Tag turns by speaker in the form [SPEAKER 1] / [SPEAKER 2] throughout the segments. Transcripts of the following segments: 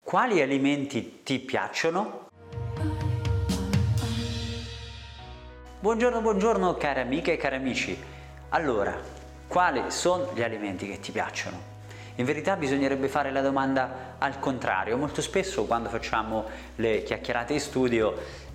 [SPEAKER 1] Quali alimenti ti piacciono? Buongiorno, buongiorno cari amiche e cari amici. Allora, quali sono gli alimenti che ti piacciono? In verità bisognerebbe fare la domanda al contrario. Molto spesso quando facciamo le chiacchierate in studio,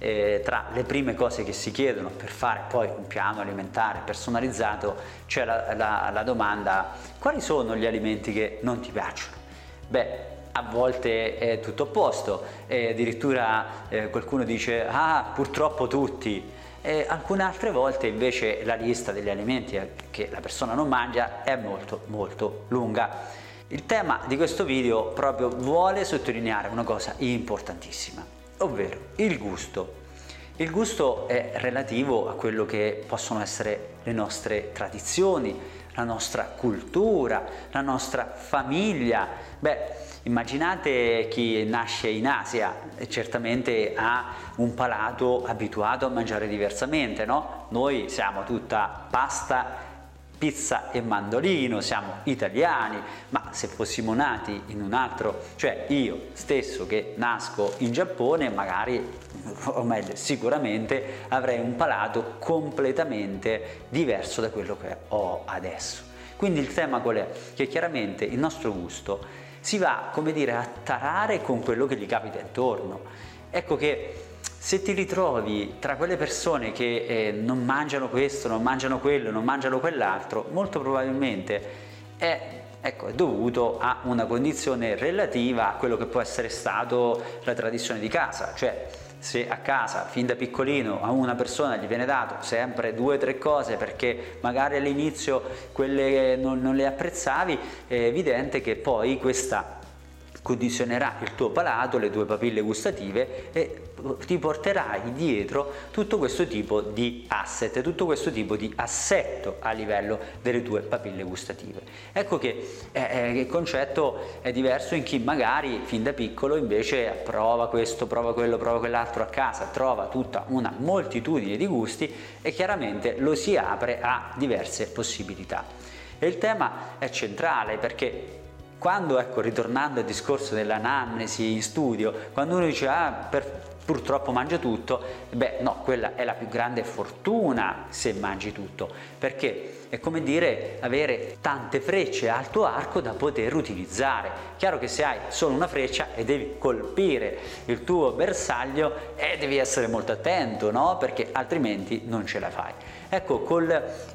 [SPEAKER 1] tra le prime cose che si chiedono per fare poi un piano alimentare personalizzato, c'è la domanda: quali sono gli alimenti che non ti piacciono? Beh, a volte è tutto opposto, addirittura qualcuno dice purtroppo tutti, e alcune altre volte invece la lista degli alimenti che la persona non mangia è molto molto lunga. Il tema di questo video proprio vuole sottolineare una cosa importantissima, ovvero il gusto. Il gusto è relativo a quello che possono essere le nostre tradizioni, la nostra cultura, la nostra famiglia. Beh, immaginate chi nasce in Asia e certamente ha un palato abituato a mangiare diversamente, no? Noi siamo tutta pasta, pizza e mandolino, siamo italiani, ma se fossimo nati in un altro, cioè io stesso che nasco in Giappone, magari, o meglio sicuramente, avrei un palato completamente diverso da quello che ho adesso. Quindi il tema qual è? Che chiaramente il nostro gusto si va, come dire, a tarare con quello che gli capita intorno. Ecco che se ti ritrovi tra quelle persone che non mangiano questo, non mangiano quello, non mangiano quell'altro, molto probabilmente è dovuto a una condizione relativa a quello che può essere stato la tradizione di casa. Cioè, se a casa fin da piccolino a una persona gli viene dato sempre 2 o 3 cose perché magari all'inizio quelle non le apprezzavi, è evidente che poi questa condizionerà il tuo palato, le tue papille gustative e ti porterai dietro tutto questo tipo di asset, tutto questo tipo di assetto a livello delle tue papille gustative. Ecco che il concetto è diverso in chi magari fin da piccolo invece prova questo, prova quello, prova quell'altro a casa, trova tutta una moltitudine di gusti e chiaramente lo si apre a diverse possibilità. E il tema è centrale perché quando, ritornando al discorso dell'anamnesi in studio, quando uno dice purtroppo mangio tutto, beh no, quella è la più grande fortuna se mangi tutto, perché è come dire avere tante frecce al tuo arco da poter utilizzare. Chiaro che se hai solo una freccia e devi colpire il tuo bersaglio, devi essere molto attento, no? Perché altrimenti non ce la fai. Ecco, con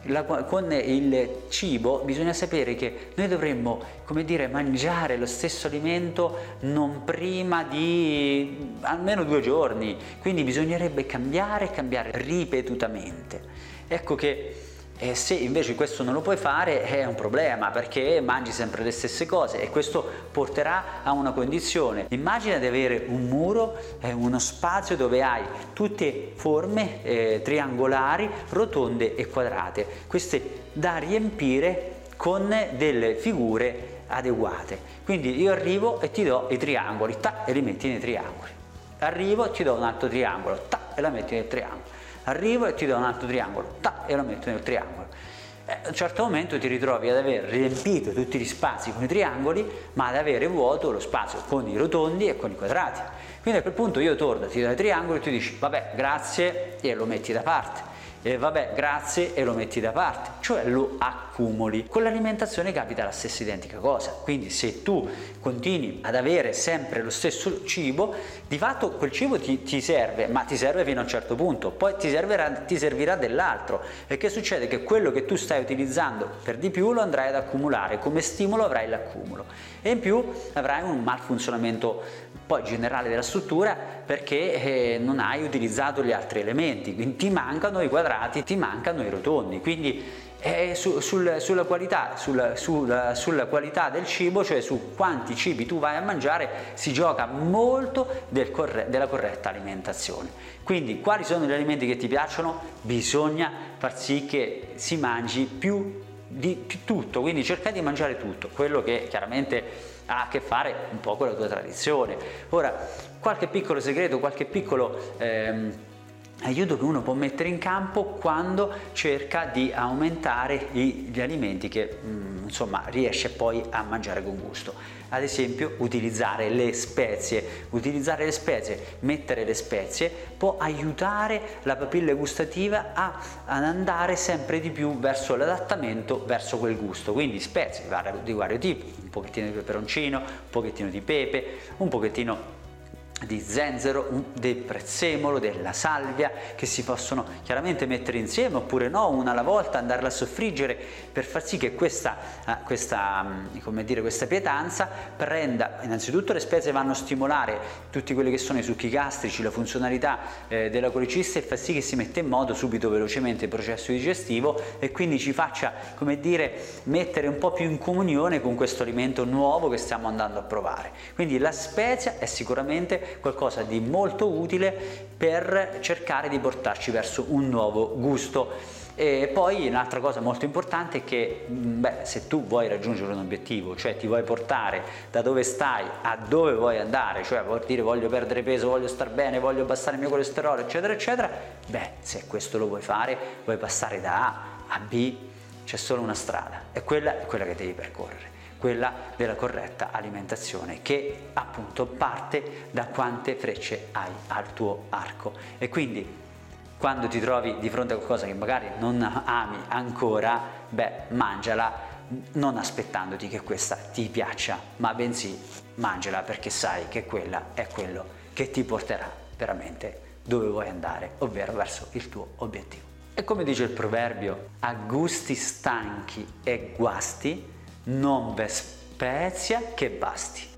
[SPEAKER 1] il cibo bisogna sapere che noi dovremmo, come dire, mangiare lo stesso alimento non prima di almeno 2 giorni, quindi bisognerebbe cambiare ripetutamente. Ecco che se invece questo non lo puoi fare è un problema, perché mangi sempre le stesse cose e questo porterà a una condizione. Immagina di avere un muro, uno spazio dove hai tutte forme triangolari, rotonde e quadrate, queste da riempire con delle figure adeguate. Quindi io arrivo e ti do i triangoli, e li metti nei triangoli. Arrivo e ti do un altro triangolo, e la metti nel triangolo. Arrivo e ti do un altro triangolo, e lo metto nel triangolo. A un certo momento ti ritrovi ad aver riempito tutti gli spazi con i triangoli, ma ad avere vuoto lo spazio con i rotondi e con i quadrati. Quindi a quel punto io torno, ti do i triangoli e tu dici vabbè, grazie, e lo metti da parte. E vabbè, grazie, e lo metti da parte, cioè lo accumuli. Con l'alimentazione capita la stessa identica cosa, quindi se tu continui ad avere sempre lo stesso cibo, di fatto quel cibo ti serve, ma ti serve fino a un certo punto, poi ti servirà dell'altro. E che succede? Che quello che tu stai utilizzando per di più lo andrai ad accumulare, come stimolo avrai l'accumulo e in più avrai un malfunzionamento poi generale della struttura perché non hai utilizzato gli altri elementi, quindi ti mancano i quadrati, ti mancano i rotondi, quindi sulla qualità del cibo, cioè su quanti cibi tu vai a mangiare, si gioca molto della corretta alimentazione. Quindi quali sono gli alimenti che ti piacciono? Bisogna far sì che si mangi più di tutto, quindi cerca di mangiare tutto, quello che chiaramente ha a che fare un po' con la tua tradizione. Ora, qualche piccolo segreto, qualche piccolo aiuto che uno può mettere in campo quando cerca di aumentare gli alimenti che insomma riesce poi a mangiare con gusto. Ad esempio utilizzare le spezie, mettere le spezie può aiutare la papilla gustativa ad andare sempre di più verso l'adattamento, verso quel gusto. Quindi spezie di vario tipo, un pochettino di peperoncino, un pochettino di pepe, un pochettino di zenzero, del prezzemolo, della salvia, che si possono chiaramente mettere insieme oppure no, una alla volta, andarla a soffriggere per far sì che questa pietanza prenda. Innanzitutto le spezie vanno a stimolare tutti quelli che sono i succhi gastrici, la funzionalità della colicista, e fa sì che si metta in moto subito velocemente il processo digestivo e quindi ci faccia, come dire, mettere un po' più in comunione con questo alimento nuovo che stiamo andando a provare. Quindi la spezia è sicuramente qualcosa di molto utile per cercare di portarci verso un nuovo gusto. E poi un'altra cosa molto importante è che se tu vuoi raggiungere un obiettivo, cioè ti vuoi portare da dove stai a dove vuoi andare, cioè vuol dire voglio perdere peso, voglio star bene, voglio abbassare il mio colesterolo, eccetera eccetera, se questo lo vuoi fare, vuoi passare da A a B, c'è solo una strada, e quella è quella che devi percorrere, quella della corretta alimentazione, che appunto parte da quante frecce hai al tuo arco. E quindi quando ti trovi di fronte a qualcosa che magari non ami ancora, mangiala, non aspettandoti che questa ti piaccia, ma bensì mangiala perché sai che quella è quello che ti porterà veramente dove vuoi andare, ovvero verso il tuo obiettivo. E come dice il proverbio, a gusti stanchi e guasti non v'è spezia che basti.